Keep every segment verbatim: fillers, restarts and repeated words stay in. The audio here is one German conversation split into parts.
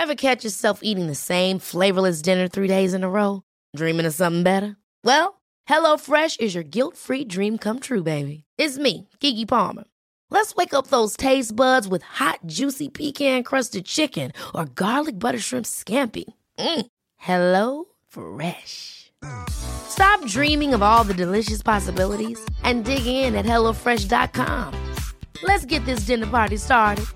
Ever catch yourself eating the same flavorless dinner three days in a row? Dreaming of something better? Well, HelloFresh is your guilt-free dream come true, baby. It's me, Keke Palmer. Let's wake up those taste buds with hot, juicy pecan-crusted chicken or garlic butter shrimp scampi. Mm. Hello Fresh. Stop dreaming of all the delicious possibilities and dig in at hello fresh dot com. Let's get this dinner party started.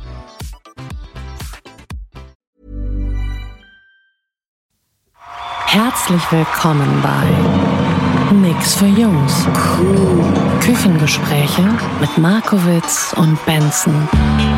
Herzlich willkommen bei Nix für Jungs. Küchengespräche mit Markowitz und Benson.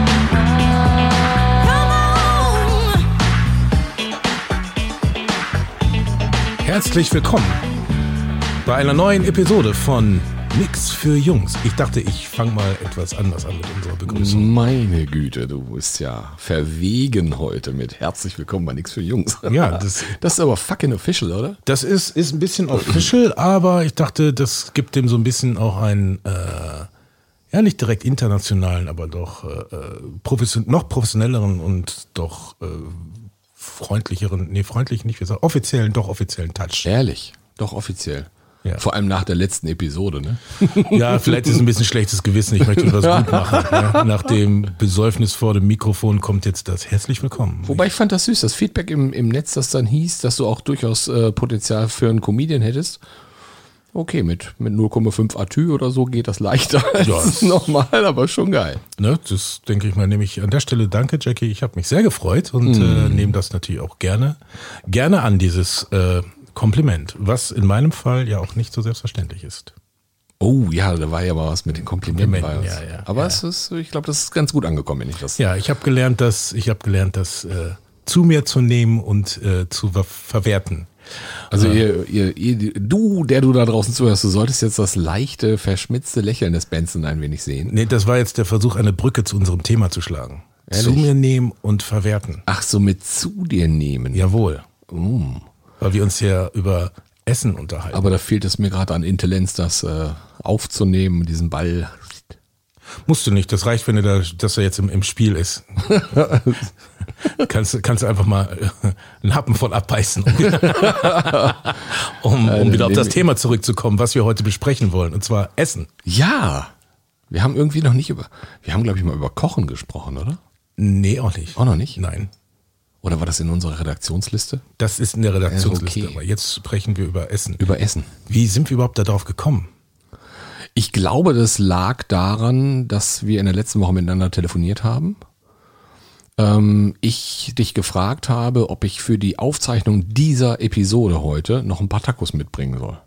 Herzlich willkommen bei einer neuen Episode von Nix für Jungs. Ich dachte, ich fange mal etwas anders an mit unserer Begrüßung. Meine Güte, du bist ja verwegen heute mit herzlich willkommen bei Nix für Jungs. Ja, das, das ist aber fucking official, oder? Das ist, ist ein bisschen official, aber ich dachte, das gibt dem so ein bisschen auch einen, äh, ja nicht direkt internationalen, aber doch äh, profession- noch professionelleren und doch äh, freundlicheren, nee freundlich nicht, wie gesagt, offiziellen, doch offiziellen Touch. Ehrlich, doch offiziell. Ja. Vor allem nach der letzten Episode, ne? Ja, vielleicht ist es ein bisschen schlechtes Gewissen. Ich möchte etwas gut machen. Ne? Nach dem Besäufnis vor dem Mikrofon kommt jetzt das Herzlich Willkommen. Wobei ich fand das süß, das Feedback im, im Netz, das dann hieß, dass du auch durchaus äh, Potenzial für einen Comedian hättest. Okay, mit, mit null Komma fünf Atü oder so geht das leichter als ja, normal, aber schon geil. Ne, das denke ich mal, nehme ich an der Stelle. Danke, Jackie. Ich habe mich sehr gefreut und mm. äh, nehme das natürlich auch gerne, gerne an, dieses äh, Kompliment, was in meinem Fall ja auch nicht so selbstverständlich ist. Oh ja, da war ja mal was mit den Komplimenten. Komplimenten ja, ja, aber ja. Es ist, ich glaube, das ist ganz gut angekommen, wenn ich das. Ja, ich habe gelernt, das, ich habe gelernt, das äh, zu mir zu nehmen und äh, zu ver- verwerten. Also ihr, ihr, ihr, du, der du da draußen zuhörst, du solltest jetzt das leichte, verschmitzte Lächeln des Benson ein wenig sehen. Nee, das war jetzt der Versuch, eine Brücke zu unserem Thema zu schlagen. Ehrlich? Zu mir nehmen und verwerten. Ach so, mit zu dir nehmen. Jawohl. Mm. Weil wir uns ja über Essen unterhalten. Aber da fehlt es mir gerade an Intelligenz, das äh, aufzunehmen, diesen Ball. Musst du nicht, das reicht, wenn du da, dass er jetzt im, im Spiel ist. kannst, kannst du einfach mal einen Happen von abbeißen, um wieder, um, um wieder auf das Thema zurückzukommen, was wir heute besprechen wollen, und zwar Essen. Ja, wir haben irgendwie noch nicht über, wir haben glaube ich mal über Kochen gesprochen, oder? Nee, auch nicht. Auch noch nicht? Nein. Oder war das in unserer Redaktionsliste? Das ist in der Redaktionsliste, okay. Aber jetzt sprechen wir über Essen. Über Essen. Wie sind wir überhaupt darauf gekommen? Ich glaube, das lag daran, dass wir in der letzten Woche miteinander telefoniert haben. Ähm, ich dich gefragt habe, ob ich für die Aufzeichnung dieser Episode heute noch ein paar Tacos mitbringen soll.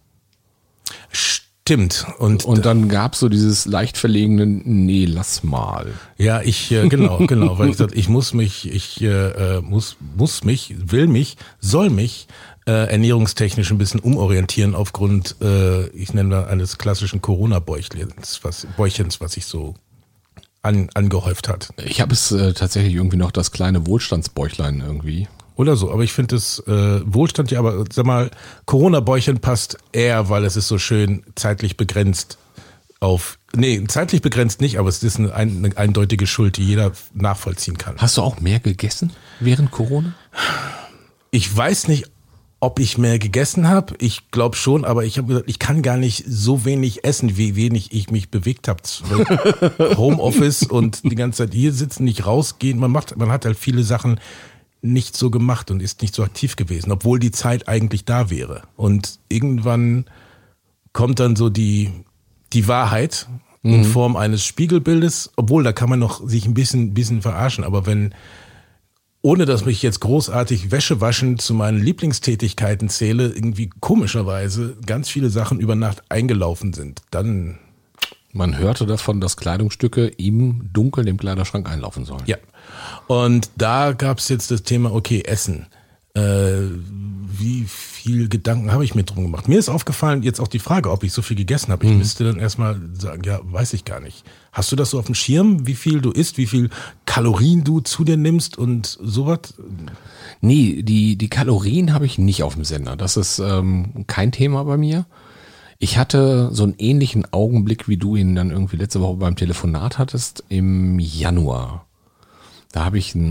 Stimmt. Und, und dann gab es so dieses leicht verlegene, nee, lass mal. Ja, ich, äh, genau, genau, weil ich sagte, ich muss mich, ich äh, muss, muss mich, will mich, soll mich äh, ernährungstechnisch ein bisschen umorientieren aufgrund, äh, ich nenne da eines klassischen Corona-Bäuchchens, was, Bäuchchens, was sich so an, angehäuft hat. Ich habe es äh, tatsächlich irgendwie noch das kleine Wohlstandsbäuchlein irgendwie. Oder so, aber ich finde das äh, Wohlstand ja, aber sag mal, Corona-Bäuchchen passt eher, weil es ist so schön zeitlich begrenzt auf, nee, zeitlich begrenzt nicht, aber es ist eine, eine eindeutige Schuld, die jeder nachvollziehen kann. Hast du auch mehr gegessen während Corona? Ich weiß nicht, ob ich mehr gegessen habe. Ich glaube schon, aber ich habe gesagt, ich kann gar nicht so wenig essen, wie wenig ich mich bewegt habe. Homeoffice und die ganze Zeit hier sitzen, nicht rausgehen. Man macht, man hat halt viele Sachen nicht so gemacht und ist nicht so aktiv gewesen, obwohl die Zeit eigentlich da wäre. Und irgendwann kommt dann so die, die Wahrheit mhm. in Form eines Spiegelbildes, obwohl da kann man noch sich ein bisschen, bisschen verarschen, aber wenn, ohne dass mich jetzt großartig Wäsche waschen zu meinen Lieblingstätigkeiten zähle, irgendwie komischerweise ganz viele Sachen über Nacht eingelaufen sind, dann... Man hörte davon, dass Kleidungsstücke im Dunkeln im Kleiderschrank einlaufen sollen. Ja. Und da gab es jetzt das Thema, okay, Essen. Äh, wie viel Gedanken habe ich mir drum gemacht? Mir ist aufgefallen, jetzt auch die Frage, ob ich so viel gegessen habe. Ich mhm. müsste dann erstmal sagen, ja, weiß ich gar nicht. Hast du das so auf dem Schirm, wie viel du isst, wie viel Kalorien du zu dir nimmst und sowas? Nee, die, die Kalorien habe ich nicht auf dem Sender. Das ist ähm, kein Thema bei mir. Ich hatte so einen ähnlichen Augenblick, wie du ihn dann irgendwie letzte Woche beim Telefonat hattest, im Januar. Da habe ich ein,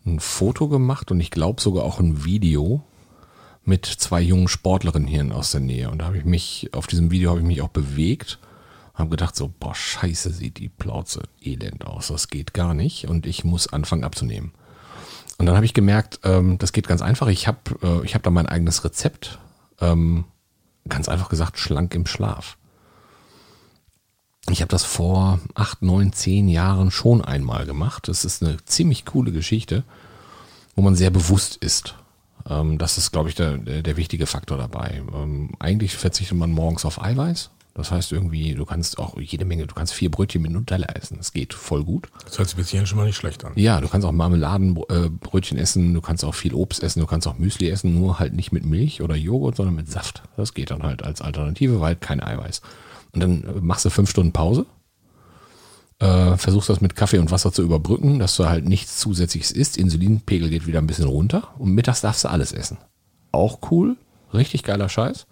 ein Foto gemacht und ich glaube sogar auch ein Video mit zwei jungen Sportlerinnen hier aus der Nähe. Und da habe ich mich, auf diesem Video habe ich mich auch bewegt, habe gedacht so, boah, scheiße, sieht die Plauze elend aus, das geht gar nicht und ich muss anfangen abzunehmen. Und dann habe ich gemerkt, ähm, das geht ganz einfach, ich habe äh, ich hab da mein eigenes Rezept, ähm, ganz einfach gesagt, schlank im Schlaf. Ich habe das vor acht, neun, zehn Jahren schon einmal gemacht. Das ist eine ziemlich coole Geschichte, wo man sehr bewusst ist. Ähm, das ist, glaube ich, der, der, der wichtige Faktor dabei. Ähm, eigentlich verzichtet man morgens auf Eiweiß. Das heißt irgendwie, du kannst auch jede Menge, du kannst vier Brötchen mit Nutella essen. Das geht voll gut. Das hört sich bis hierhin schon mal nicht schlecht an. Ja, du kannst auch Marmeladenbrötchen essen, du kannst auch viel Obst essen, du kannst auch Müsli essen, nur halt nicht mit Milch oder Joghurt, sondern mit Saft. Das geht dann halt als Alternative, weil kein Eiweiß. Und dann machst du fünf Stunden Pause, äh, versuchst das mit Kaffee und Wasser zu überbrücken, dass du halt nichts Zusätzliches isst. Insulinpegel geht wieder ein bisschen runter und mittags darfst du alles essen. Auch cool, richtig geiler Scheiß.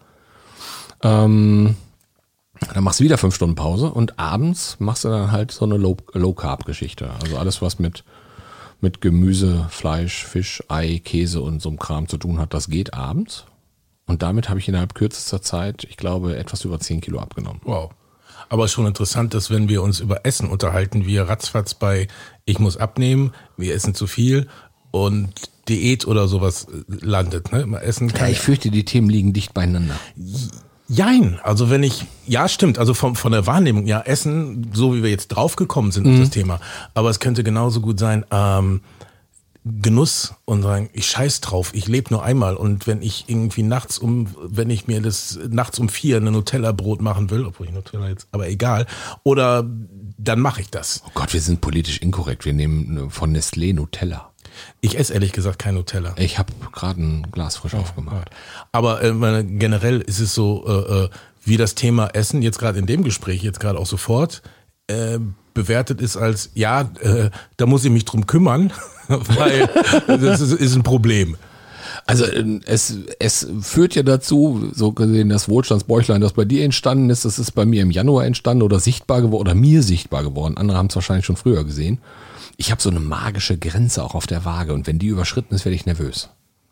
Ähm, dann machst du wieder fünf Stunden Pause und abends machst du dann halt so eine Low, Low-Carb-Geschichte. Also alles, was mit, mit Gemüse, Fleisch, Fisch, Ei, Käse und so einem Kram zu tun hat, das geht abends. Und damit habe ich innerhalb kürzester Zeit, ich glaube, etwas über zehn Kilo abgenommen. Wow. Aber schon interessant, dass wenn wir uns über Essen unterhalten, wir ratzfatz bei ich muss abnehmen, wir essen zu viel und Diät oder sowas landet. Ne? Essen kann ja, ich fürchte, die Themen liegen dicht beieinander. Jein, also wenn ich, ja stimmt, also vom, von der Wahrnehmung, ja Essen, so wie wir jetzt draufgekommen sind mhm. auf das Thema, aber es könnte genauso gut sein, ähm, Genuss und sagen, ich scheiß drauf, ich lebe nur einmal und wenn ich irgendwie nachts um, wenn ich mir das nachts um vier eine Nutella-Brot machen will, obwohl ich Nutella jetzt, aber egal, oder dann mache ich das. Oh Gott, wir sind politisch inkorrekt, wir nehmen von Nestlé Nutella. Ich esse ehrlich gesagt kein Nutella. Ich habe gerade ein Glas frisch ja, aufgemacht. Aber äh, meine, generell ist es so, äh, wie das Thema Essen jetzt gerade in dem Gespräch, jetzt gerade auch sofort, äh, bewertet ist als, ja, äh, da muss ich mich drum kümmern, weil das ist, ist ein Problem. Also es, es führt ja dazu, so gesehen, das Wohlstandsbäuchlein, das bei dir entstanden ist, das ist bei mir im Januar entstanden oder sichtbar geworden oder mir sichtbar geworden. Andere haben es wahrscheinlich schon früher gesehen. Ich habe so eine magische Grenze auch auf der Waage und wenn die überschritten ist, werde ich nervös.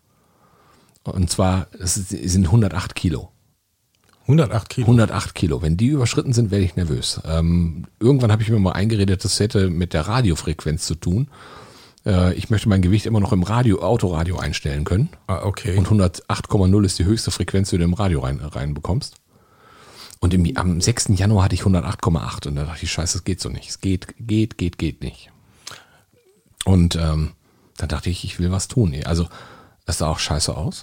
Und zwar, es sind hundertacht Kilo. hundertacht Kilo? hundertacht Kilo. Wenn die überschritten sind, werde ich nervös. Ähm, irgendwann habe ich mir mal eingeredet, das hätte mit der Radiofrequenz zu tun. Äh, ich möchte mein Gewicht immer noch im Radio, Autoradio einstellen können. Ah, okay. Und hundertacht Komma null ist die höchste Frequenz, die du im Radio rein, reinbekommst. Und im, am sechsten Januar hatte ich hundertacht Komma acht und da dachte ich, scheiße, das geht so nicht. Es geht, geht, geht, geht nicht. Und ähm, dann dachte ich, ich will was tun. Also, das sah auch scheiße aus.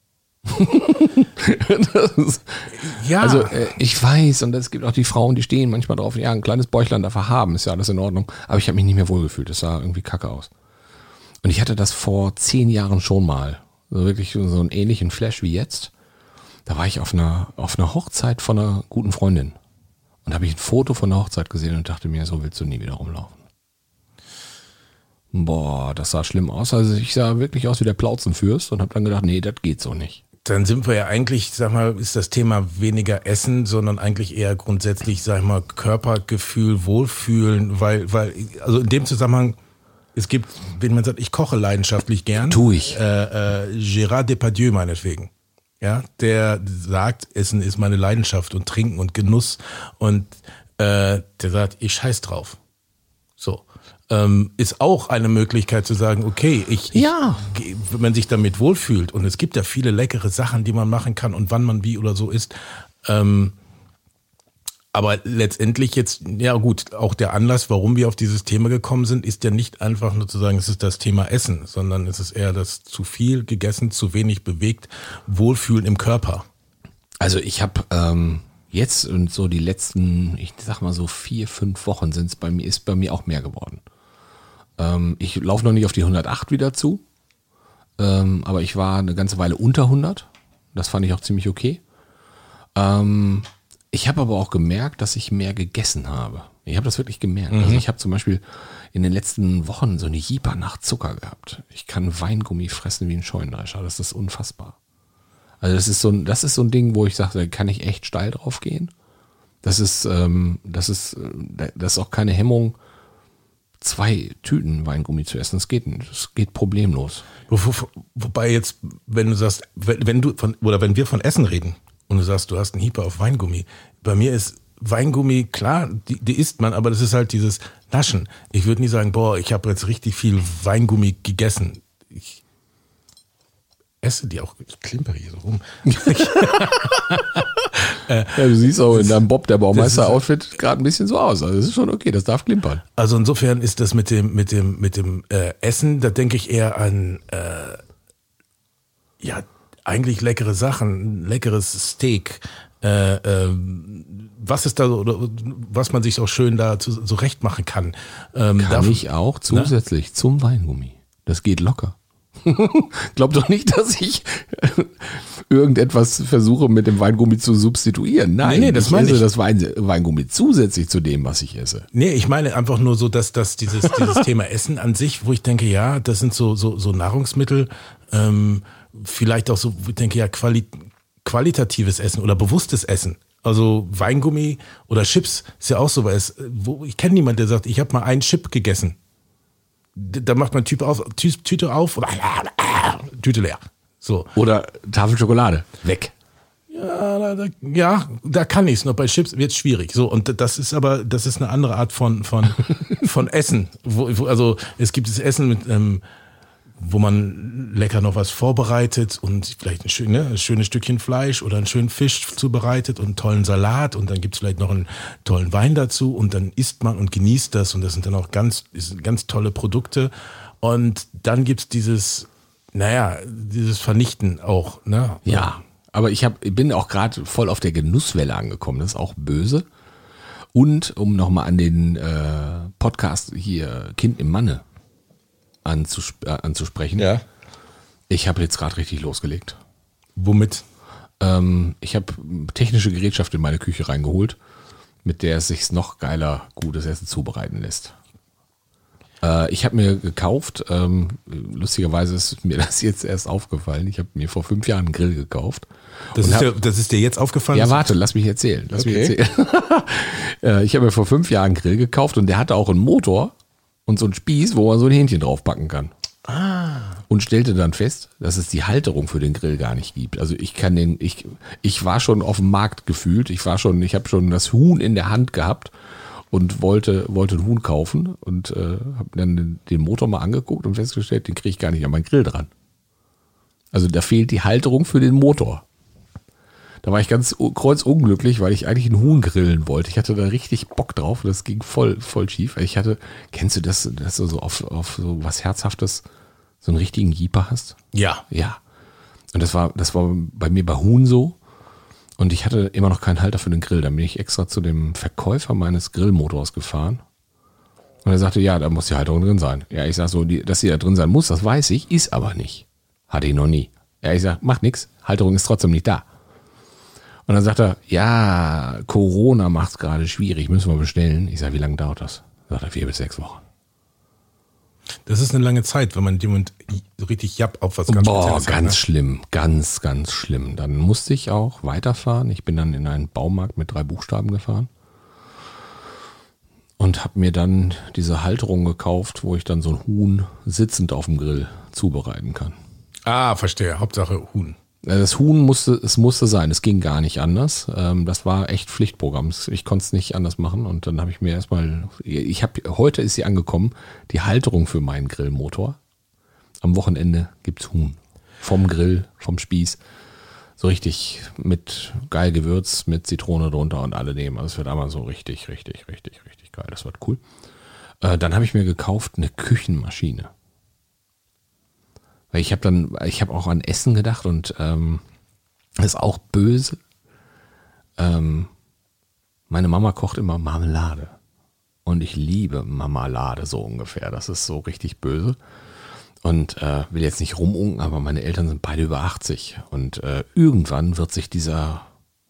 ist, ja. Also äh, ich weiß, und es gibt auch die Frauen, die stehen manchmal drauf, ja, ein kleines Bäuchlein darf er haben, ist ja alles in Ordnung. Aber ich habe mich nicht mehr wohlgefühlt, das sah irgendwie kacke aus. Und ich hatte das vor zehn Jahren schon mal. Also wirklich so einen ähnlichen Flash wie jetzt. Da war ich auf einer, auf einer Hochzeit von einer guten Freundin. Und da habe ich ein Foto von der Hochzeit gesehen und dachte mir, so willst du nie wieder rumlaufen. Boah, das sah schlimm aus. Also ich sah wirklich aus wie der Plauzenfürst und habe dann gedacht, nee, das geht so nicht. Dann sind wir ja eigentlich, sag mal, ist das Thema weniger Essen, sondern eigentlich eher grundsätzlich, sag ich mal, Körpergefühl, Wohlfühlen, weil, weil, also in dem Zusammenhang, es gibt, wenn man sagt, ich koche leidenschaftlich gern. Tu ich. Äh, äh, Gérard Depardieu meinetwegen. Ja, der sagt, Essen ist meine Leidenschaft und Trinken und Genuss und äh, der sagt, ich scheiß drauf. So. Ähm, ist auch eine Möglichkeit zu sagen, okay, ich, ja. ich, wenn man sich damit wohlfühlt und es gibt ja viele leckere Sachen, die man machen kann und wann man wie oder so isst. Ähm, aber letztendlich jetzt, ja gut, auch der Anlass, warum wir auf dieses Thema gekommen sind, ist ja nicht einfach nur zu sagen, es ist das Thema Essen, sondern es ist eher das zu viel gegessen, zu wenig bewegt, Wohlfühlen im Körper. Also ich habe ähm, jetzt und so die letzten, ich sag mal so vier, fünf Wochen sind es bei mir, ist bei mir auch mehr geworden. Ähm, ich laufe noch nicht auf die hundertacht wieder zu, ähm, aber ich war eine ganze Weile unter hundert. Das fand ich auch ziemlich okay. Ähm, ich habe aber auch gemerkt, dass ich mehr gegessen habe. Ich habe das wirklich gemerkt. Mhm. Also ich habe zum Beispiel in den letzten Wochen so eine Jeeper nach Zucker gehabt. Ich kann Weingummi fressen wie ein Scheunendrescher. Das ist unfassbar. Also das ist so ein, das ist so ein Ding, wo ich sage, da kann ich echt steil drauf gehen. Das ist, ähm, das ist, das ist auch keine Hemmung, zwei Tüten Weingummi zu essen. Das geht, das geht problemlos. Wo, wo, wobei jetzt, wenn du sagst, wenn, wenn du von, oder wenn wir von Essen reden und du sagst, du hast einen Hieper auf Weingummi, bei mir ist Weingummi, klar, die, die isst man, aber das ist halt dieses Naschen. Ich würde nie sagen, boah, ich habe jetzt richtig viel Weingummi gegessen. Ich esse die auch, ich klimpere hier so rum. Ja, du siehst auch in deinem Bob der Baumeister-Outfit gerade ein bisschen so aus. Also das ist schon okay, das darf klimpern. Also insofern ist das mit dem, mit dem, mit dem äh, Essen, da denke ich eher an äh, ja, eigentlich leckere Sachen, leckeres Steak. Äh, äh, was ist da so, oder was man sich auch schön da zu, zurecht machen kann. Ähm, kann darf, ich auch zusätzlich na? zum Weingummi. Das geht locker. Glaub doch nicht, dass ich irgendetwas versuche mit dem Weingummi zu substituieren. Nein, nee, nee, das ich meine esse ich. das Wein, Weingummi zusätzlich zu dem, was ich esse. Nee, ich meine einfach nur so, dass, dass dieses, dieses Thema Essen an sich, wo ich denke, ja, das sind so, so, so Nahrungsmittel, ähm, vielleicht auch so, wo ich denke, ja, quali- qualitatives Essen oder bewusstes Essen. Also Weingummi oder Chips ist ja auch sowas. Wo, ich kenne niemanden, der sagt, ich habe mal einen Chip gegessen. Da macht man Typ auf, Tü- Tüte auf, Tüte leer. So. Oder Tafel Schokolade. Weg. Ja, da, da, ja, da kann ich's. Noch bei Chips wird's schwierig. So, und das ist aber, das ist eine andere Art von, von, von Essen. Wo, wo, also, es gibt das Essen mit, ähm, wo man lecker noch was vorbereitet und vielleicht ein, schön, ne, ein schönes Stückchen Fleisch oder einen schönen Fisch zubereitet und einen tollen Salat und dann gibt's vielleicht noch einen tollen Wein dazu und dann isst man und genießt das und das sind dann auch ganz, sind ganz tolle Produkte. Und dann gibt's dieses, naja, dieses Vernichten auch, ne? Ja, aber ich hab, ich bin auch gerade voll auf der Genusswelle angekommen. Das ist auch böse. Und um nochmal an den äh, Podcast hier Kind im Manne anzusp- äh, anzusprechen. Ja. Ich habe jetzt gerade richtig losgelegt. Womit? Ähm, ich habe technische Gerätschaft in meine Küche reingeholt, mit der es sich noch geiler gutes Essen zubereiten lässt. Äh, ich habe mir gekauft, ähm, lustigerweise ist mir das jetzt erst aufgefallen, ich habe mir vor fünf Jahren einen Grill gekauft. Das ist, hab, dir, das ist dir jetzt aufgefallen? Ja, warte, lass mich erzählen. Lass Okay. mich erzählen. äh, ich habe mir vor fünf Jahren einen Grill gekauft und der hatte auch einen Motor und so einen Spieß, wo man so ein Hähnchen draufpacken kann. Ah. Und stellte dann fest, dass es die Halterung für den Grill gar nicht gibt. Also ich kann den, ich, ich war schon auf dem Markt gefühlt, ich war schon, ich habe schon das Huhn in der Hand gehabt und wollte, wollte ein Huhn kaufen und äh, habe dann den, den Motor mal angeguckt und festgestellt, den kriege ich gar nicht an meinen Grill dran. Also da fehlt die Halterung für den Motor. Da war ich ganz kreuzunglücklich, weil ich eigentlich einen Huhn grillen wollte. Ich hatte da richtig Bock drauf und das ging voll, voll schief. Ich hatte, kennst du das, dass du so auf, auf so was Herzhaftes so einen richtigen Jeeper hast? Ja. Ja. Und das war, das war bei mir bei Huhn so. Und ich hatte immer noch keinen Halter für den Grill. Dann bin ich extra zu dem Verkäufer meines Grillmotors gefahren. Und er sagte, ja, da muss die Halterung drin sein. Ja, ich sag so, die, dass sie da drin sein muss, das weiß ich, ist aber nicht. Hatte ich noch nie. Ja, ich sag, macht nix, Halterung ist trotzdem nicht da. Und dann sagt er, ja, Corona macht's gerade schwierig, müssen wir bestellen. Ich sage, wie lange dauert das? Sagt er, vier bis sechs Wochen. Das ist eine lange Zeit, wenn man jemand so richtig japp auf was ganz Boah, Spezielles ganz hat, ne? schlimm, ganz, ganz schlimm. Dann musste ich auch weiterfahren. Ich bin dann in einen Baumarkt mit drei Buchstaben gefahren und habe mir dann diese Halterung gekauft, wo ich dann so ein Huhn sitzend auf dem Grill zubereiten kann. Ah, verstehe. Hauptsache Huhn. Das Huhn musste, es musste sein, es ging gar nicht anders. Das war echt Pflichtprogramm. Ich konnte es nicht anders machen und dann habe ich mir erstmal, ich habe, heute ist sie angekommen, die Halterung für meinen Grillmotor. Am Wochenende gibt's Huhn. Vom Grill, vom Spieß. So richtig mit geil Gewürz, mit Zitrone drunter und alle nehmen. Also es wird einmal so richtig, richtig, richtig, richtig geil. Das wird cool. Dann habe ich mir gekauft eine Küchenmaschine. Weil ich habe dann, ich habe auch an Essen gedacht und ähm, das ist auch böse. Ähm, meine Mama kocht immer Marmelade und ich liebe Marmelade so ungefähr. Das ist so richtig böse und äh, will jetzt nicht rumunken, aber meine Eltern sind beide über achtzig und äh, irgendwann wird sich dieser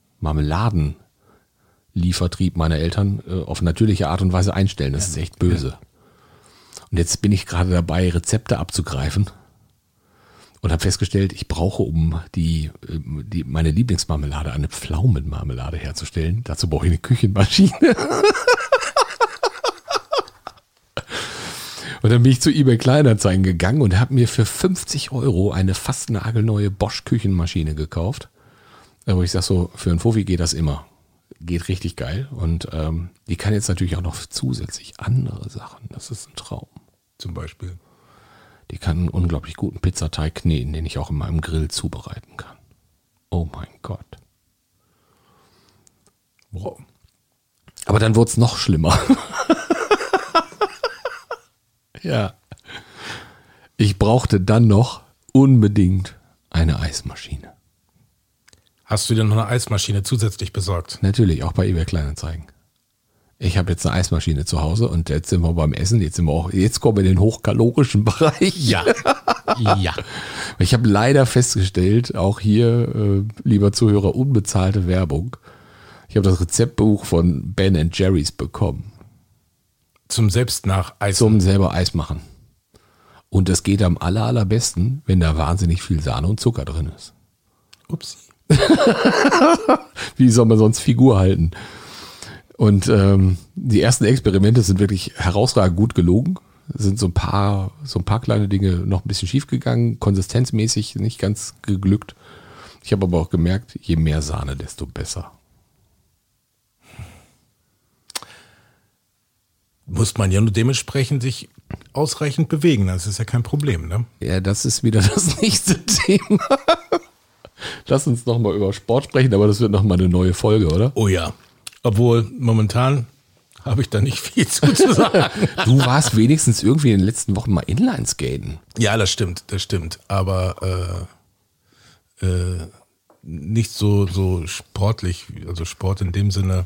Marmeladenliefertrieb meiner Eltern äh, auf natürliche Art und Weise einstellen. Das ist echt böse. Und jetzt bin ich gerade dabei, Rezepte abzugreifen. Und habe festgestellt, ich brauche, um die, die meine Lieblingsmarmelade, eine Pflaumenmarmelade herzustellen. Dazu brauche ich eine Küchenmaschine. Und dann bin ich zu eBay Kleinanzeigen gegangen und habe mir für fünfzig Euro eine fast nagelneue Bosch Küchenmaschine gekauft. Wo ich sage so, für einen Fuffi geht das immer. Geht richtig geil. Und ähm, die kann jetzt natürlich auch noch zusätzlich andere Sachen. Das ist ein Traum. Zum Beispiel. Die kann einen unglaublich guten Pizzateig kneten, den ich auch in meinem Grill zubereiten kann. Oh mein Gott. Wow. Aber dann wurde es noch schlimmer. Ja. Ich brauchte dann noch unbedingt eine Eismaschine. Hast du dir noch eine Eismaschine zusätzlich besorgt? Natürlich, auch bei eBay Kleinanzeigen. Ich habe jetzt eine Eismaschine zu Hause und jetzt sind wir beim Essen. Jetzt sind wir auch, jetzt kommen wir in den hochkalorischen Bereich. Ja. Ja. Ich habe leider festgestellt, auch hier, äh, lieber Zuhörer, unbezahlte Werbung. Ich habe das Rezeptbuch von Ben and Jerry's bekommen. Zum selbst nach Eis. Zum selber Eis machen. Und das geht am aller, allerbesten, wenn da wahnsinnig viel Sahne und Zucker drin ist. Upsi. Wie soll man sonst Figur halten? Und ähm, die ersten Experimente sind wirklich herausragend gut gelungen. Es sind so ein paar, so ein paar kleine Dinge noch ein bisschen schief gegangen, konsistenzmäßig nicht ganz geglückt. Ich habe aber auch gemerkt, je mehr Sahne, desto besser. Muss man ja nur dementsprechend sich ausreichend bewegen. Das ist ja kein Problem, ne? Ja, das ist wieder das nächste Thema. Lass uns nochmal über Sport sprechen, aber das wird nochmal eine neue Folge, oder? Oh ja. Obwohl, momentan habe ich da nicht viel zu, zu sagen. Du warst wenigstens irgendwie in den letzten Wochen mal Inlineskaten. Ja, das stimmt, das stimmt. Aber äh, äh, nicht so, so sportlich, also Sport in dem Sinne,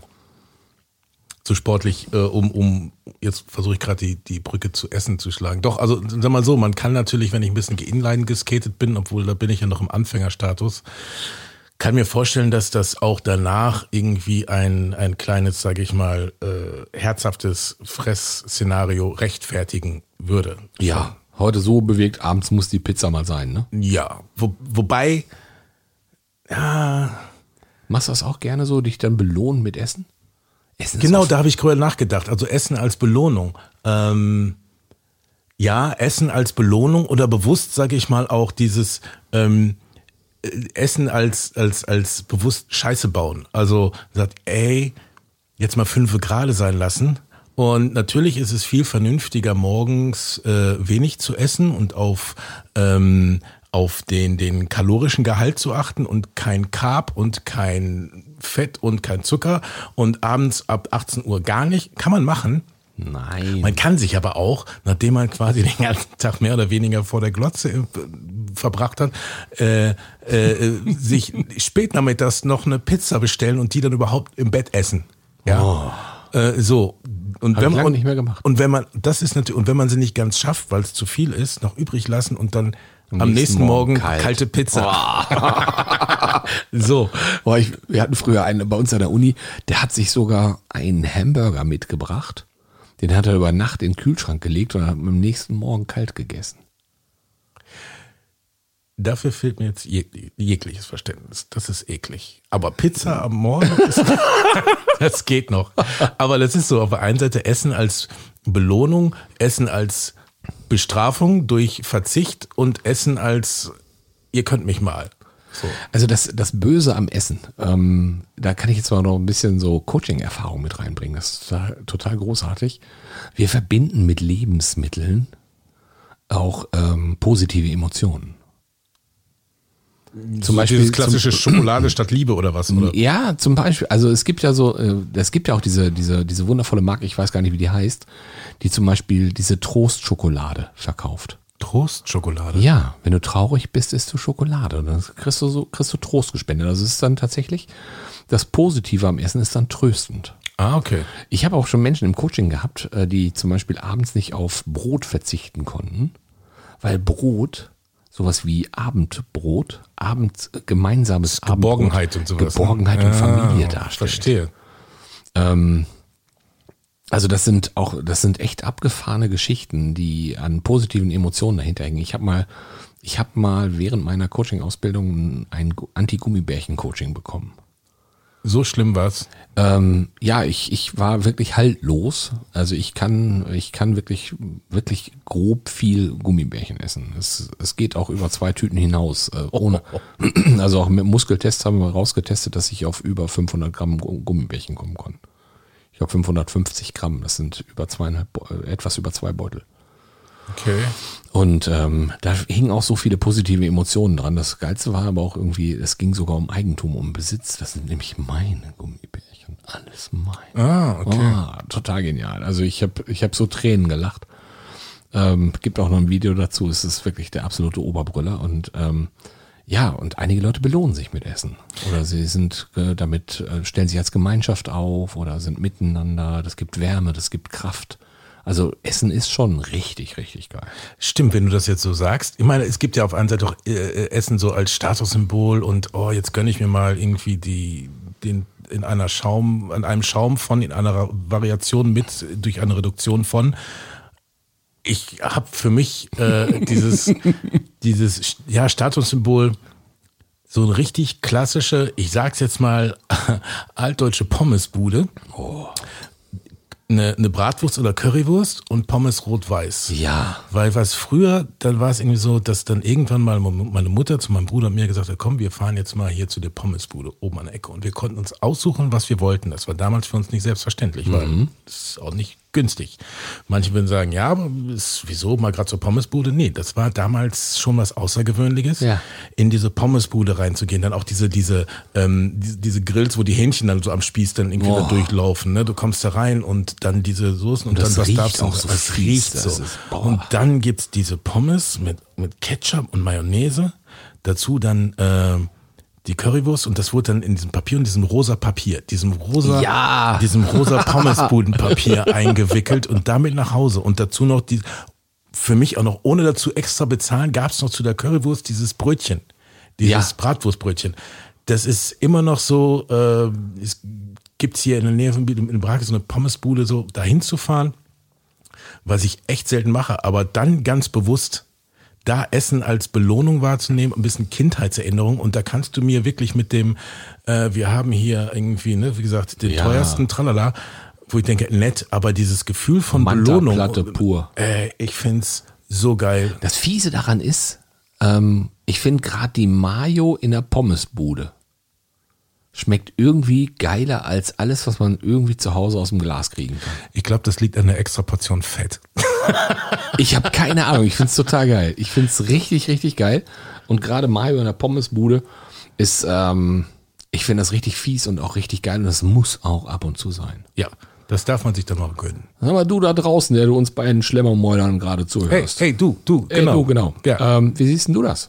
so sportlich, äh, um, um, jetzt versuche ich gerade die, die Brücke zu Essen zu schlagen. Doch, also sag mal so, man kann natürlich, wenn ich ein bisschen geinline geskatet bin, obwohl da bin ich ja noch im Anfängerstatus, kann mir vorstellen, dass das auch danach irgendwie ein, ein kleines, sage ich mal, äh, herzhaftes Fressszenario rechtfertigen würde. Ja, heute so bewegt, abends muss die Pizza mal sein, ne? Ja, wo, wobei, ja. Machst du das auch gerne so, dich dann belohnen mit Essen? Essen Genau, da habe ich drüber nachgedacht. Also Essen als Belohnung. Ähm, ja, Essen als Belohnung oder bewusst, sage ich mal, auch dieses ähm, Essen als als als bewusst Scheiße bauen. Also sagt, ey, jetzt mal fünf Grad sein lassen. Und natürlich ist es viel vernünftiger, morgens äh, wenig zu essen und auf ähm, auf den den kalorischen Gehalt zu achten und kein Carb und kein Fett und kein Zucker und abends ab achtzehn Uhr gar nicht. Kann man machen. Nein. Man kann sich aber auch, nachdem man quasi den ganzen Tag mehr oder weniger vor der Glotze äh, verbracht hat, äh, äh, sich spät nachmittags noch eine Pizza bestellen und die dann überhaupt im Bett essen. Ja. Oh. Äh, so. Und Hab wenn ich man lange nicht mehr gemacht. Und wenn man, das ist natürlich, und wenn man sie nicht ganz schafft, weil es zu viel ist, noch übrig lassen und dann Am am nächsten nächsten Morgen, Morgen kalt. kalte Pizza. So. Boah, ich, wir hatten früher einen bei uns an der Uni, der hat sich sogar einen Hamburger mitgebracht. Den hat er über Nacht in den Kühlschrank gelegt und hat am nächsten Morgen kalt gegessen. Dafür fehlt mir jetzt jeg- jegliches Verständnis. Das ist eklig. Aber Pizza am Morgen, ist, das geht noch. Aber das ist so, auf der einen Seite Essen als Belohnung, Essen als Bestrafung durch Verzicht und Essen als, ihr könnt mich mal. So. Also das, das Böse am Essen, ähm, da kann ich jetzt mal noch ein bisschen so Coaching-Erfahrung mit reinbringen. Das ist total, total großartig. Wir verbinden mit Lebensmitteln auch ähm, positive Emotionen. Zum so Beispiel dieses klassische zum, Schokolade statt Liebe oder was? Oder? Ja, zum Beispiel, also es gibt ja so, äh, es gibt ja auch diese, diese, diese wundervolle Marke, ich weiß gar nicht, wie die heißt, die zum Beispiel diese Trostschokolade verkauft. Trostschokolade? Ja, wenn du traurig bist, isst du Schokolade. Und dann kriegst du so, kriegst du Trost gespendet. Also es ist dann tatsächlich, das Positive am Essen ist dann tröstend. Ah, okay. Ich habe auch schon Menschen im Coaching gehabt, die zum Beispiel abends nicht auf Brot verzichten konnten, weil Brot sowas wie Abendbrot, Abend, gemeinsames Geborgenheit Abendbrot, und sowas. Geborgenheit und Ah, Familie darstellt. Verstehe. Ähm, also das sind auch, das sind echt abgefahrene Geschichten, die an positiven Emotionen dahinter hängen. Ich habe mal, ich habe mal während meiner Coaching-Ausbildung ein Anti-Gummibärchen-Coaching bekommen. So schlimm war's. Ähm, ja, ich, ich war wirklich haltlos. Also ich kann, ich kann wirklich, wirklich grob viel Gummibärchen essen. Es, es geht auch über zwei Tüten hinaus. Äh, ohne, also auch mit Muskeltests haben wir rausgetestet, dass ich auf über fünfhundert Gramm Gummibärchen kommen kann. Ich glaube fünfhundertfünfzig Gramm. Das sind über zweieinhalb, etwas über zwei Beutel. Okay. Und ähm, da hingen auch so viele positive Emotionen dran. Das Geilste war aber auch irgendwie, es ging sogar um Eigentum, um Besitz. Das sind nämlich meine Gummibärchen. Alles mein. Ah, okay. Oh, total genial. Also ich habe ich hab so Tränen gelacht. Ähm, gibt auch noch ein Video dazu. Es ist wirklich der absolute Oberbrüller. Und ähm, ja, und einige Leute belohnen sich mit Essen. Oder sie sind äh, damit, äh, stellen sich als Gemeinschaft auf oder sind miteinander. Das gibt Wärme, das gibt Kraft. Also Essen ist schon richtig, richtig geil. Stimmt, wenn du das jetzt so sagst. Ich meine, es gibt ja auf einer Seite auch äh, Essen so als Statussymbol und oh, jetzt gönne ich mir mal irgendwie die, den in einer Schaum, an einem Schaum von, in einer Variation mit, durch eine Reduktion von. Ich habe für mich äh, dieses, dieses ja, Statussymbol so eine richtig klassische, ich sag's jetzt mal, altdeutsche Pommesbude. Oh. Eine, eine Bratwurst oder Currywurst und Pommes rot-weiß. Ja. Weil was früher, dann war es irgendwie so, dass dann irgendwann mal meine Mutter zu meinem Bruder und mir gesagt hat, komm, wir fahren jetzt mal hier zu der Pommesbude oben an der Ecke. Und wir konnten uns aussuchen, was wir wollten. Das war damals für uns nicht selbstverständlich, weil Mhm. das ist auch nicht günstig. Manche würden sagen, ja, aber ist, wieso mal gerade zur Pommesbude? Nee, das war damals schon was Außergewöhnliches, Ja. in diese Pommesbude reinzugehen. Dann auch diese, diese, ähm, diese, diese Grills, wo die Hähnchen dann so am Spieß dann irgendwie Oh. da durchlaufen. Ne? Du kommst da rein und dann diese Soßen und, Und das dann was riecht darfst du. auch so Es fies, riecht das so. ist- boah. Und dann gibt's diese Pommes mit, mit Ketchup und Mayonnaise. Dazu dann äh, die Currywurst und das wurde dann in diesem Papier, in diesem rosa Papier, diesem rosa, Ja. diesem rosa Pommesbudenpapier eingewickelt und damit nach Hause. Und dazu noch die, für mich auch noch, ohne dazu extra bezahlen, gab's noch zu der Currywurst dieses Brötchen, dieses Ja. Bratwurstbrötchen. Das ist immer noch so, äh, es gibt's hier in der Nähe von in Prag so eine Pommesbude, so dahin zu fahren, was ich echt selten mache, aber dann ganz bewusst da Essen als Belohnung wahrzunehmen, ein bisschen Kindheitserinnerung und da kannst du mir wirklich mit dem, äh, wir haben hier irgendwie, ne, wie gesagt, den Ja. teuersten Tralala, wo ich denke, nett, aber dieses Gefühl von Belohnung, Manta-Platte pur. äh, ich find's so geil. Das Fiese daran ist, ähm, ich finde gerade die Mayo in der Pommesbude schmeckt irgendwie geiler als alles, was man irgendwie zu Hause aus dem Glas kriegen kann. Ich glaube, das liegt an der extra Portion Fett. Ich habe keine Ahnung, ich finde es total geil. Ich finde es richtig, richtig geil. Und gerade Mayo in der Pommesbude ist, ähm, ich finde das richtig fies und auch richtig geil und das muss auch ab und zu sein. Ja, das darf man sich dann mal gönnen. Sag mal, du da draußen, der du uns beiden Schlemmermäulern gerade Hey, zuhörst. hey, du, du, Ey, genau. du, genau. Ja. Ähm, wie siehst denn du das?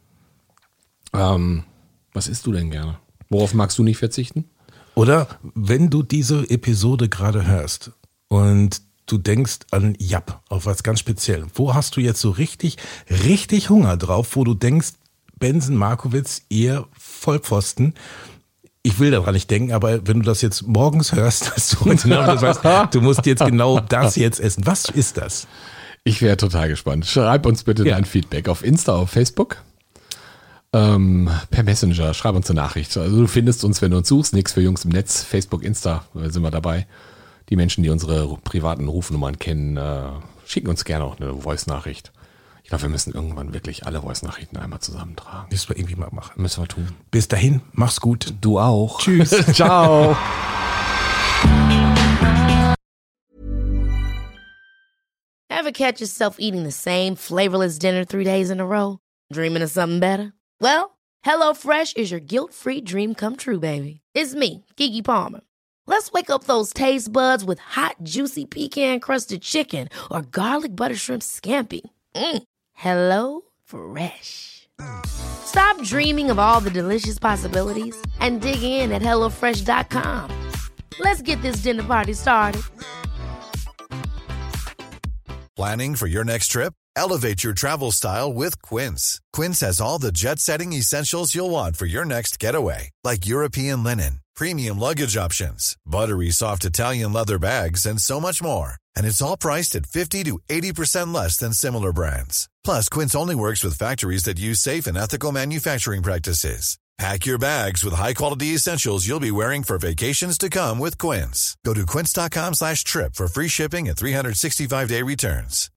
Ähm, was isst du denn gerne? Worauf magst du nicht verzichten? Oder wenn du diese Episode gerade hörst und du denkst an Japp, auf was ganz speziell. Wo hast du jetzt so richtig, richtig Hunger drauf, wo du denkst, Benson Markowitz, ihr Vollpfosten, ich will daran nicht denken, aber wenn du das jetzt morgens hörst, dass du heute Nacht das weißt, du musst jetzt genau das jetzt essen. Was ist das? Ich wäre total gespannt. Schreib uns bitte Ja. dein Feedback auf Insta, auf Facebook. Ähm, per Messenger, schreib uns eine Nachricht. Also du findest uns, wenn du uns suchst, nichts für Jungs im Netz, Facebook, Insta, da sind wir dabei. Die Menschen, die unsere privaten Rufnummern kennen, äh, schicken uns gerne auch eine Voice-Nachricht. Ich glaube, wir müssen irgendwann wirklich alle Voice-Nachrichten einmal zusammentragen. Müssen wir irgendwie mal machen. Müssen wir tun. Bis dahin, mach's gut. Du auch. Tschüss. Ciao. Ever catch yourself eating the same flavorless dinner three days in a row? Dreaming of something better? Well, HelloFresh is your guilt-free dream come true, baby. It's me, Keke Palmer. Let's wake up those taste buds with hot, juicy pecan-crusted chicken or garlic butter shrimp scampi. Mm. Hello Fresh. Stop dreaming of all the delicious possibilities and dig in at hello fresh dot com. Let's get this dinner party started. Planning for your next trip? Elevate your travel style with Quince. Quince has all the jet-setting essentials you'll want for your next getaway, like European linen, premium luggage options, buttery soft Italian leather bags, and so much more. And it's all priced at fifty to eighty percent less than similar brands. Plus, Quince only works with factories that use safe and ethical manufacturing practices. Pack your bags with high-quality essentials you'll be wearing for vacations to come with Quince. Go to quince.com slash trip for free shipping and three sixty-five day returns.